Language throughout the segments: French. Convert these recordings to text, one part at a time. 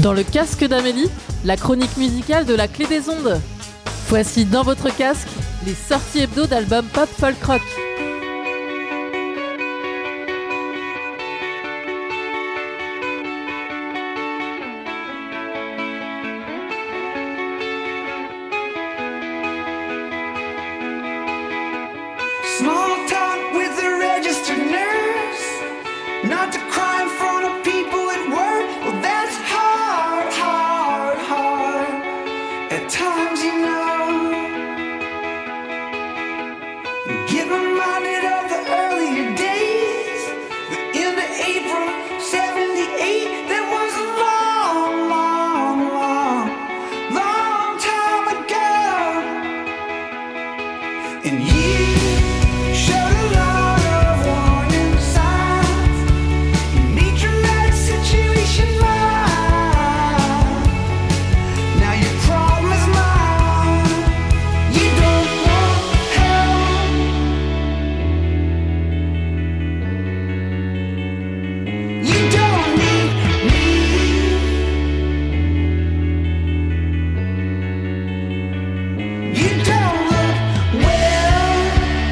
Dans le casque d'Amélie, la chronique musicale de la clé des ondes. Voici dans votre casque les sorties hebdo d'albums pop folk rock. Small talk with the registered nurse, not to cry in front of people at work. Well, that's hard, hard, hard. At times, you know, get reminded of the earlier days, the end of April '78. That was a long, long, long, long time ago. And you showed a lot of warning signs. You made your life situation mine. Now your problem is mine. You don't want help. You don't need me. You don't look well.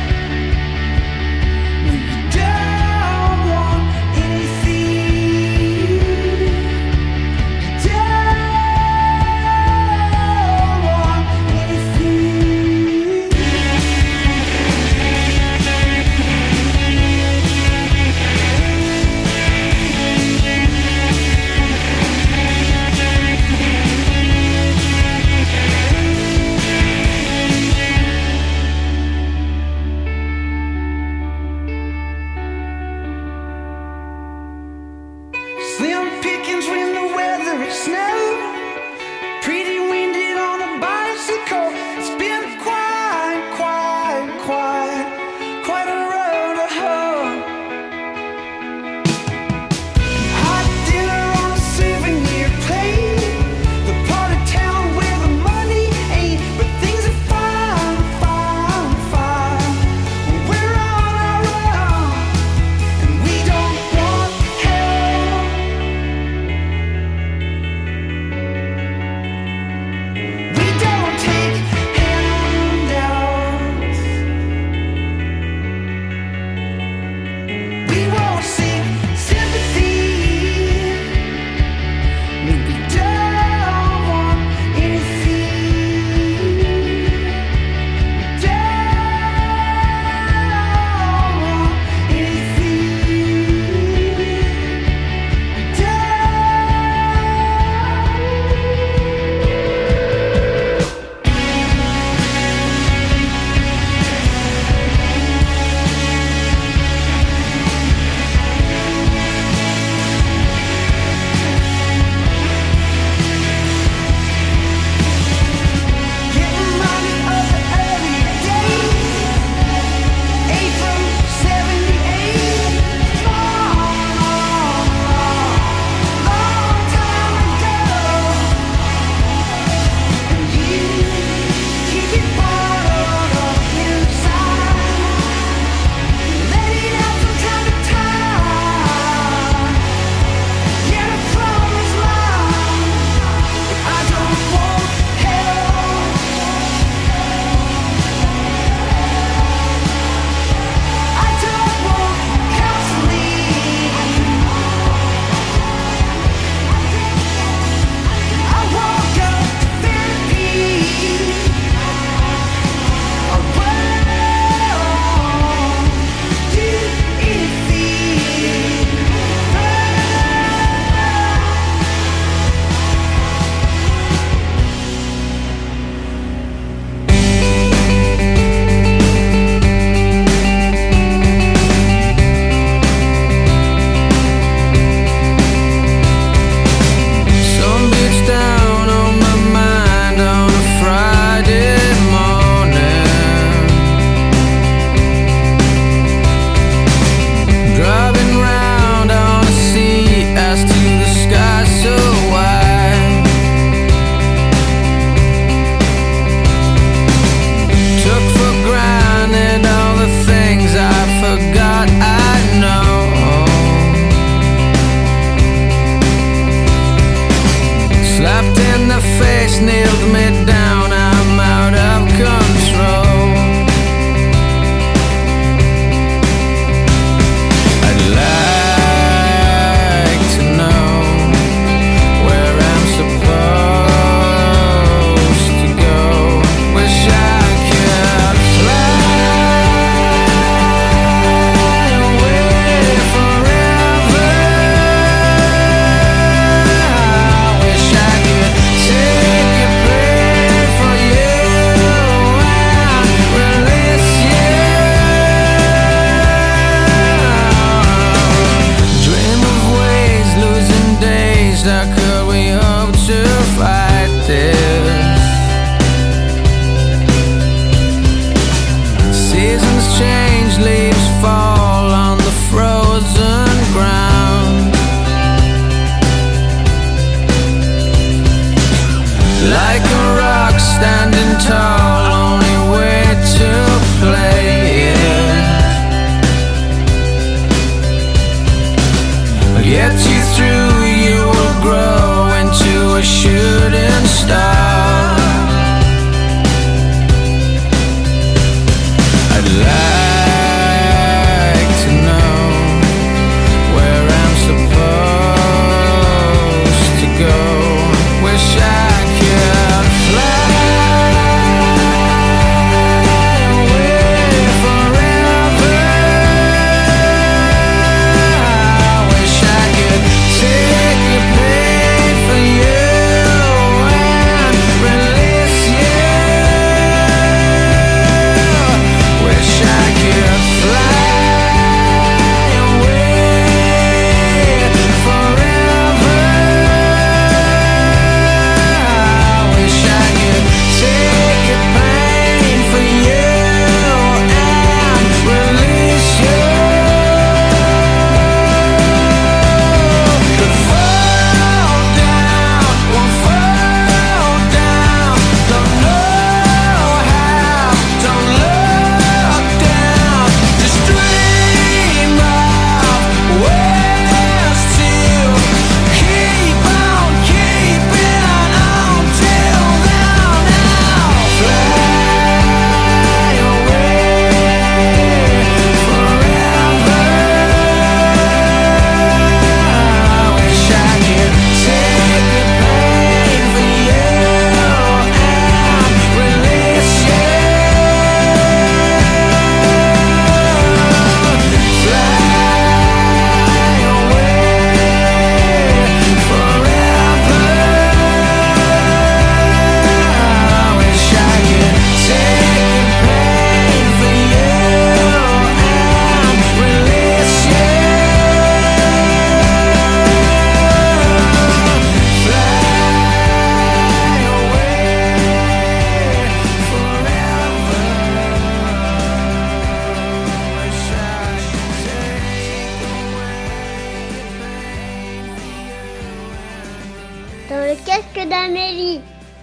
que d'Amélie.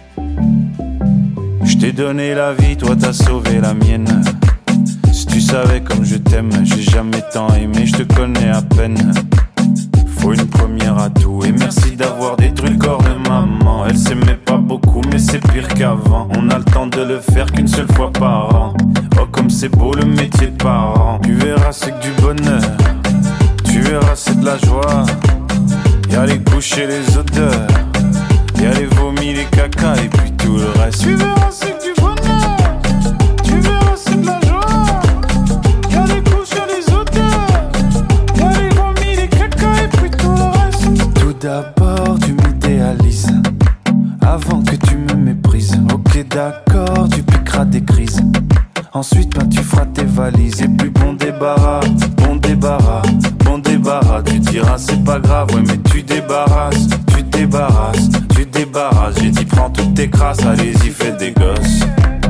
Je t'ai donné la vie, toi t'as sauvé la mienne. Si tu savais comme je t'aime, j'ai jamais tant aimé, je te connais à peine. Faut une première à tout et merci d'avoir détruit le corps de maman. Elle s'aimait pas beaucoup mais c'est pire qu'avant. On a le temps de le faire qu'une seule fois par an. Oh comme c'est beau le métier de parent. Tu verras c'est que du bonheur, tu verras c'est de la joie. Y'a les couches et les odeurs, y'a les vomis, les caca et puis tout le reste. Tu verras c'est que du bonheur, tu verras c'est de la joie. Y'a les couches, y'a les odeurs, y'a les vomis, les caca et puis tout le reste. Tout d'abord tu m'idéalises avant que tu me méprises. Ok d'accord, tu piqueras des crises. Ensuite ben tu feras tes valises. Et puis bon débarras, bon débarras, bon débarras. Tu diras c'est pas grave, ouais mais tu débarrasses, tu débarrasses, tu débarrasses. J'ai dit prends toutes tes crasses, allez-y fais des gosses.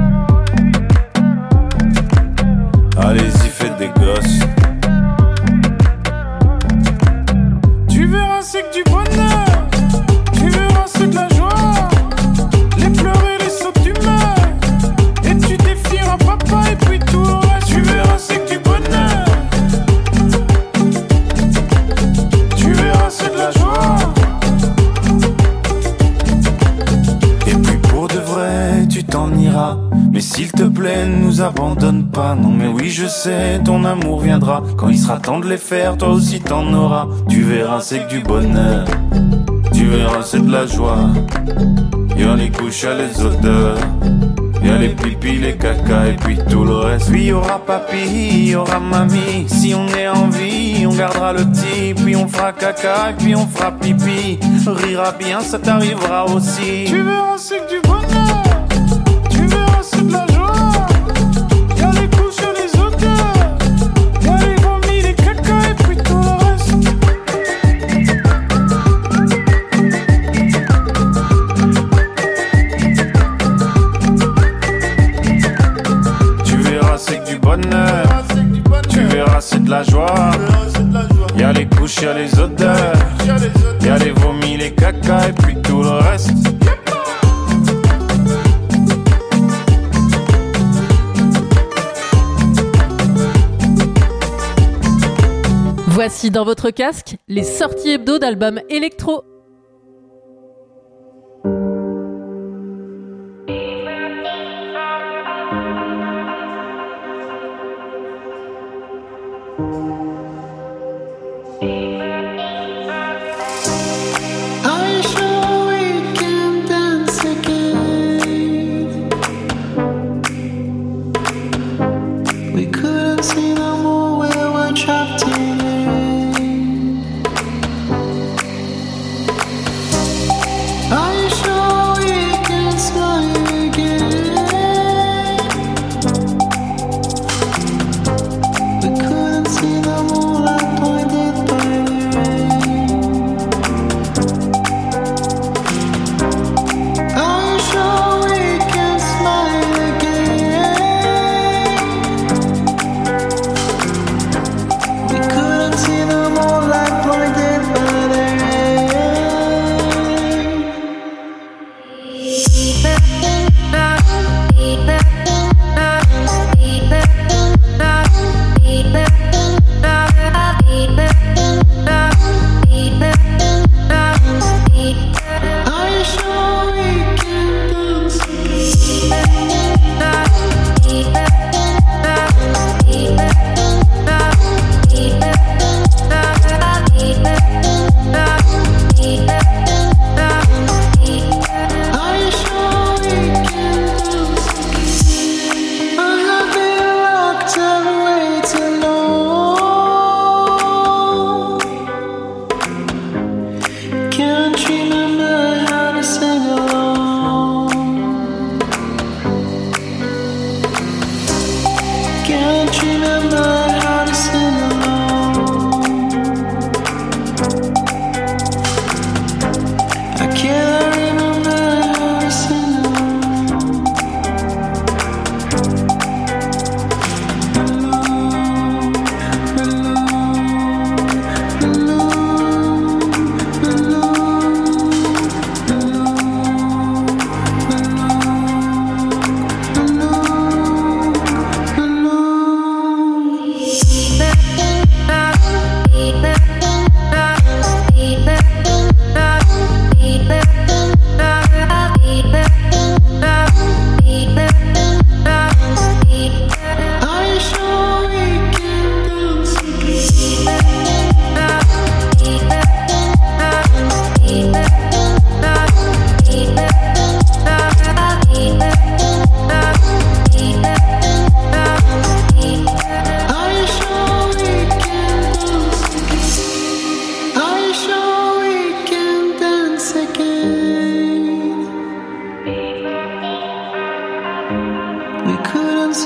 Allez-y fais des gosses. Tu verras c'est que du bonheur, tu verras c'est de la joie. Les pleurs et les sauts que tu mets, et tu défieras papa et puis tout le reste. Tu verras c'est que du bonheur, tu verras c'est de la joie. Et puis pour de vrai tu t'en iras. Mais s'il te plaît ne nous abandonne pas. Non mais oui je sais ton amour viendra. Quand il sera temps de les faire toi aussi t'en auras. Tu verras c'est que du bonheur, tu verras c'est de la joie. Y'a les couches, y'a les odeurs, y'a les pipis, les caca et puis tout le reste. Puis y'aura papy, y'aura mamie. Si on est en vie, on gardera le petit. Puis on fera caca et puis on fera pipi. Rira bien, ça t'arrivera aussi. Tu verras c'est que du bonheur, tu verras c'est de la joie. Y'a les couches, y'a les odeurs, y'a les vomis, les caca et puis tout le reste. Tu verras c'est que du bonheur, tu verras c'est de la joie. Y'a les couches, y'a les odeurs, y'a les vomis, les caca et puis tout le reste. Voici dans votre casque les sorties hebdo d'albums électro.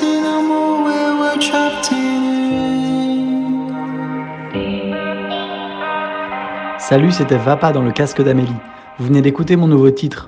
see no more where we're trapped in rain. Salut, c'était Va pas dans le casque d'Amélie. Vous venez d'écouter mon nouveau titre.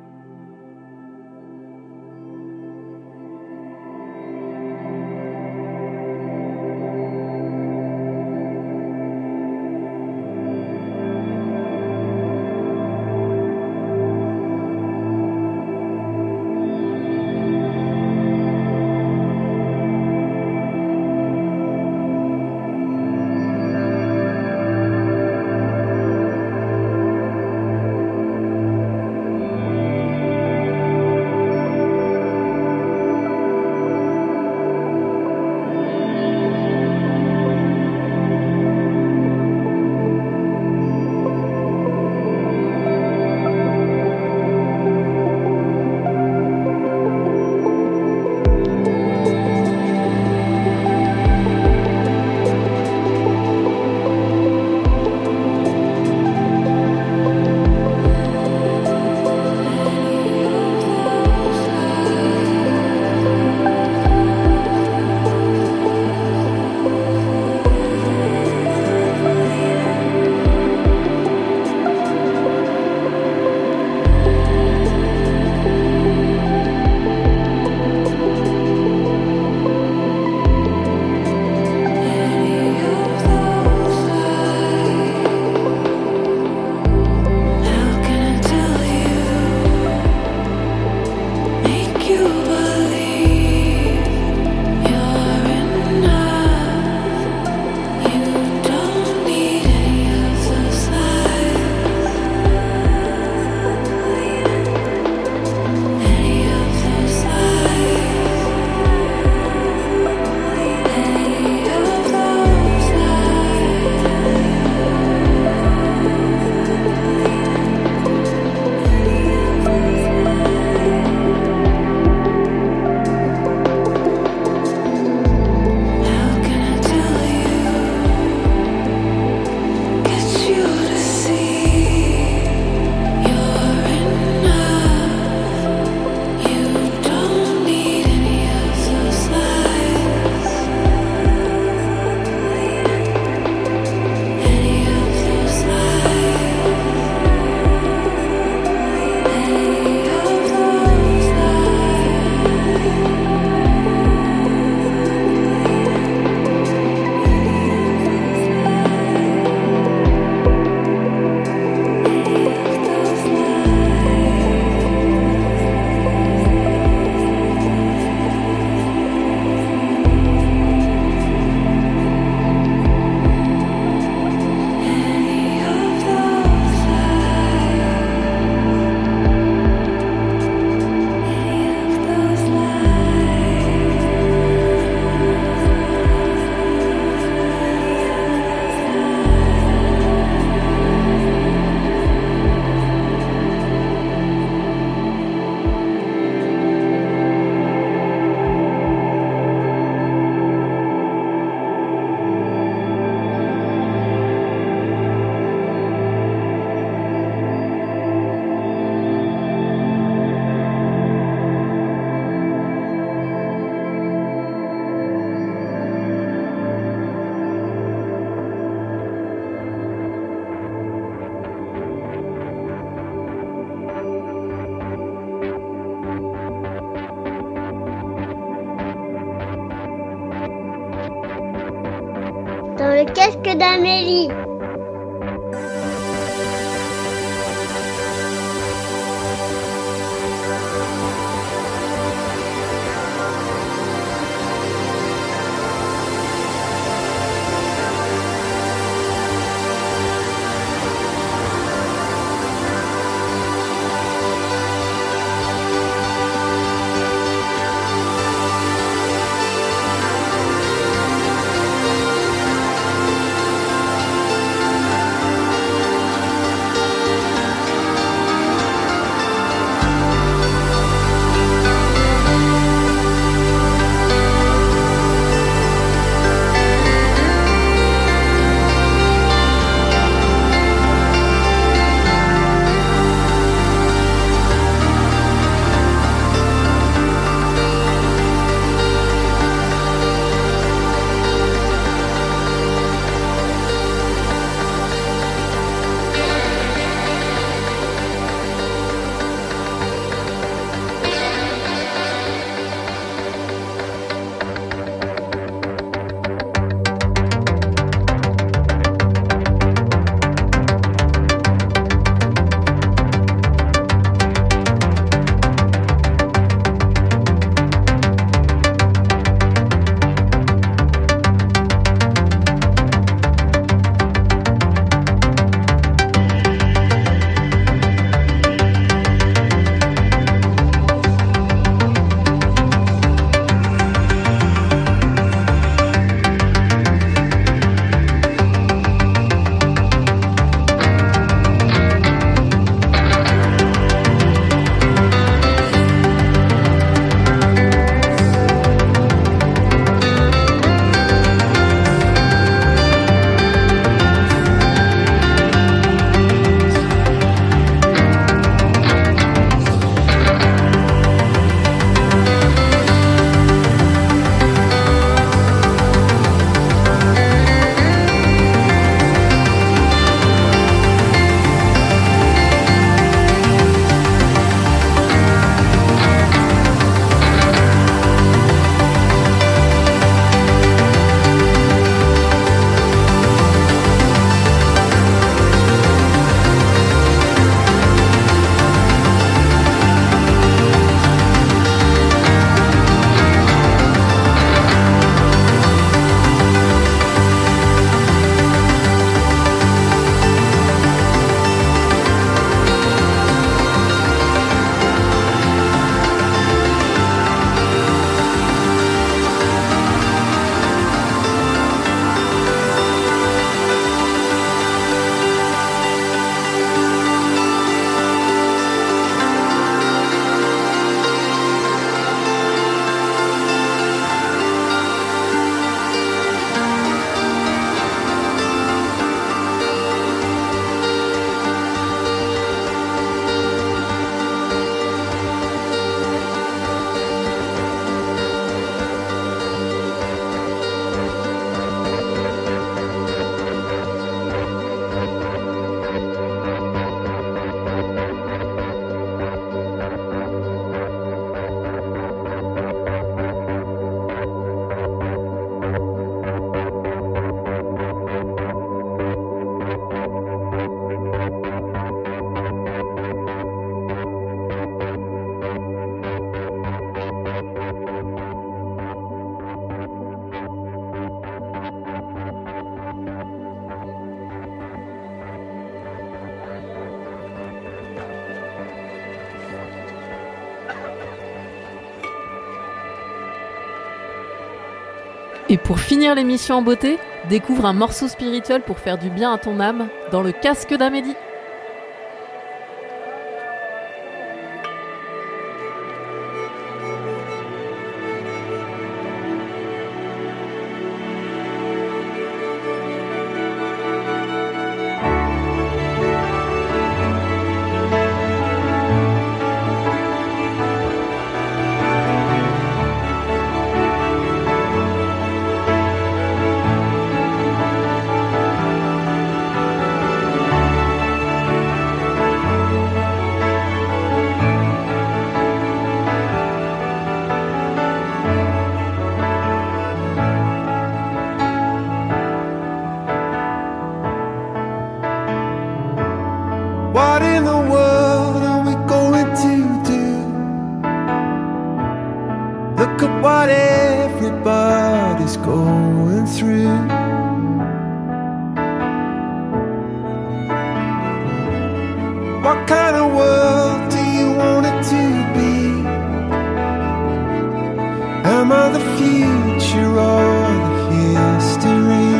Dans le casque d'Amélie. Et pour finir l'émission en beauté, découvre un morceau spirituel pour faire du bien à ton âme dans le casque d'Amélie. What in the world are we going to do? Look at what everybody's going through. What kind of world do you want it to be? Am I the future or the history?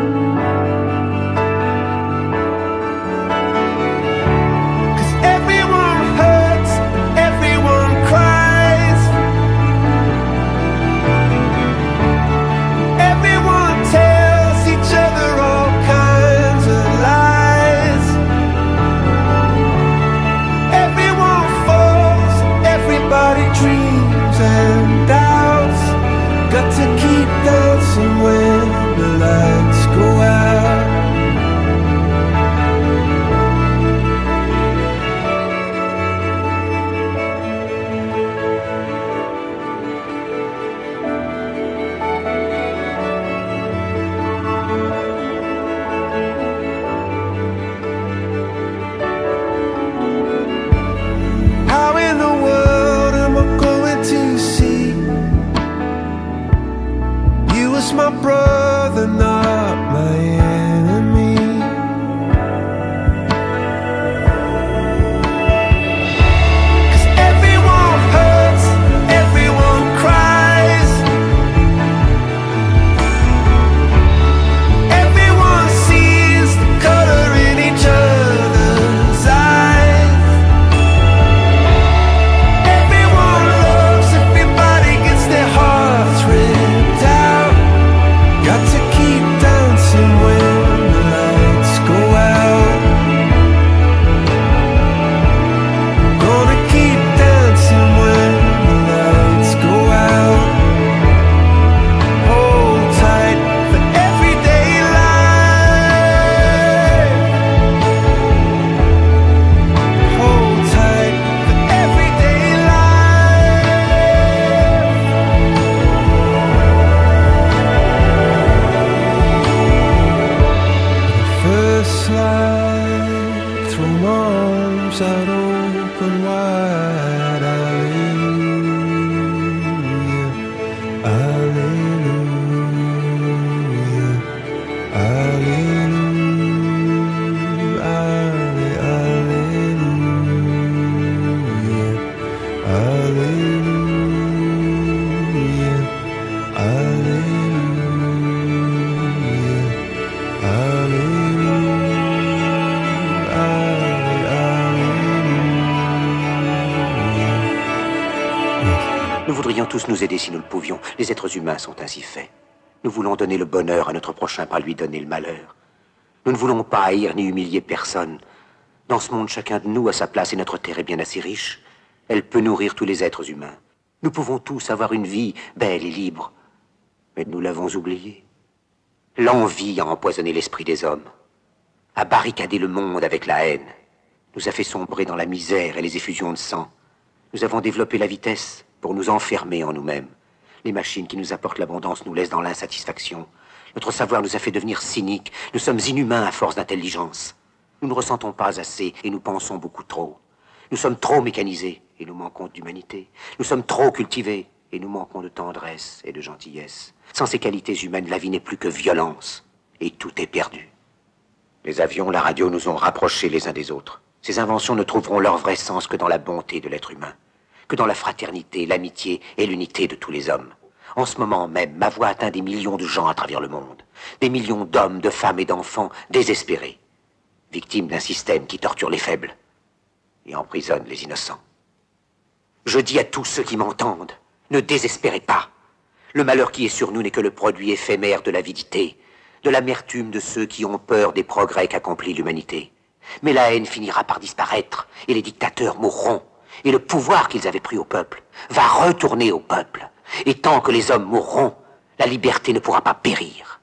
Dreams and doubts, got to keep dancing when the lights go out. How in the world am I going to see you as my brother, not my enemy? 'Cause everyone hurts, everyone cries, everyone sees the color in each other's eyes. Everyone loves, everybody gets their hearts ripped out. Got to keep dancing when the lights go out. Gonna keep dancing when the lights go out. Hold tight for everyday life. Hold tight for everyday life. First slide, throw my arms out open wide. Hallelujah, hallelujah, hallelujah, hallelujah, hallelujah, Nous voudrions tous nous aider si nous le pouvions. Les êtres humains sont ainsi faits. Nous voulons donner le bonheur à notre prochain, pas lui donner le malheur. Nous ne voulons pas haïr ni humilier personne. Dans ce monde, chacun de nous a sa place et notre terre est bien assez riche. Elle peut nourrir tous les êtres humains. Nous pouvons tous avoir une vie belle et libre. Mais nous l'avons oublié. L'envie a empoisonné l'esprit des hommes, a barricadé le monde avec la haine, nous a fait sombrer dans la misère et les effusions de sang. Nous avons développé la vitesse pour nous enfermer en nous-mêmes. Les machines qui nous apportent l'abondance nous laissent dans l'insatisfaction. Notre savoir nous a fait devenir cyniques. Nous sommes inhumains à force d'intelligence. Nous ne ressentons pas assez et nous pensons beaucoup trop. Nous sommes trop mécanisés et nous manquons d'humanité. Nous sommes trop cultivés et nous manquons de tendresse et de gentillesse. Sans ces qualités humaines, la vie n'est plus que violence et tout est perdu. Les avions, la radio nous ont rapprochés les uns des autres. Ces inventions ne trouveront leur vrai sens que dans la bonté de l'être humain, que dans la fraternité, l'amitié et l'unité de tous les hommes. En ce moment même, ma voix atteint des millions de gens à travers le monde. Des millions d'hommes, de femmes et d'enfants désespérés. Victimes d'un système qui torture les faibles et emprisonne les innocents. Je dis à tous ceux qui m'entendent, ne désespérez pas. Le malheur qui est sur nous n'est que le produit éphémère de l'avidité, de l'amertume de ceux qui ont peur des progrès qu'accomplit l'humanité. Mais la haine finira par disparaître, et les dictateurs mourront, et le pouvoir qu'ils avaient pris au peuple va retourner au peuple. Et tant que les hommes mourront, la liberté ne pourra pas périr.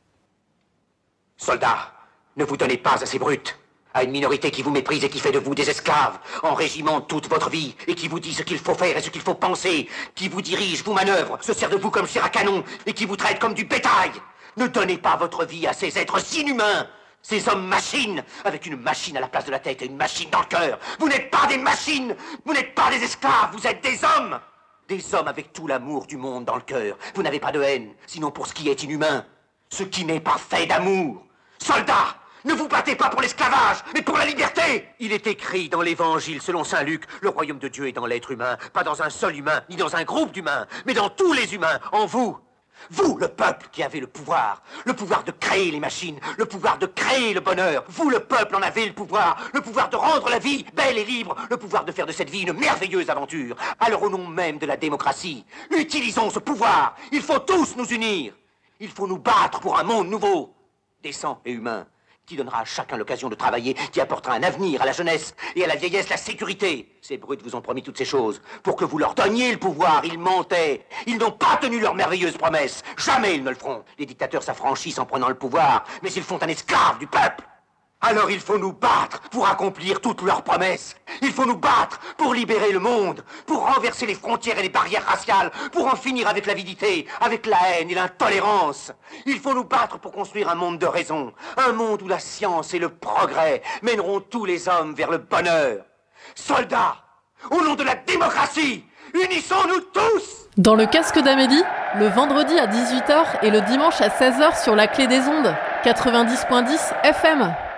Soldats, ne vous donnez pas à ces brutes, à une minorité qui vous méprise et qui fait de vous des esclaves, en régiment toute votre vie, et qui vous dit ce qu'il faut faire et ce qu'il faut penser, qui vous dirige, vous manœuvre, se sert de vous comme chair à canon, et qui vous traite comme du bétail. Ne donnez pas votre vie à ces êtres inhumains, ces hommes-machines, avec une machine à la place de la tête et une machine dans le cœur. Vous n'êtes pas des machines, vous n'êtes pas des esclaves, vous êtes des hommes. Des hommes avec tout l'amour du monde dans le cœur. Vous n'avez pas de haine, sinon pour ce qui est inhumain, ce qui n'est pas fait d'amour. Soldats, ne vous battez pas pour l'esclavage, mais pour la liberté. Il est écrit dans l'évangile selon saint Luc, le royaume de Dieu est dans l'être humain, pas dans un seul humain, ni dans un groupe d'humains, mais dans tous les humains, en vous. Vous, le peuple qui avez le pouvoir de créer les machines, le pouvoir de créer le bonheur. Vous, le peuple, en avez le pouvoir de rendre la vie belle et libre, le pouvoir de faire de cette vie une merveilleuse aventure. Alors au nom même de la démocratie, utilisons ce pouvoir. Il faut tous nous unir. Il faut nous battre pour un monde nouveau, décent et humain, qui donnera à chacun l'occasion de travailler, qui apportera un avenir à la jeunesse et à la vieillesse la sécurité. Ces brutes vous ont promis toutes ces choses pour que vous leur donniez le pouvoir. Ils mentaient. Ils n'ont pas tenu leurs merveilleuses promesses. Jamais ils ne le feront. Les dictateurs s'affranchissent en prenant le pouvoir, mais ils font un esclave du peuple. Alors il faut nous battre pour accomplir toutes leurs promesses. Il faut nous battre pour libérer le monde, pour renverser les frontières et les barrières raciales, pour en finir avec l'avidité, avec la haine et l'intolérance. Il faut nous battre pour construire un monde de raison, un monde où la science et le progrès mèneront tous les hommes vers le bonheur. Soldats, au nom de la démocratie, unissons-nous tous! Dans le casque d'Amélie, le vendredi à 18h et le dimanche à 16h sur la Clé des Ondes, 90.10 FM.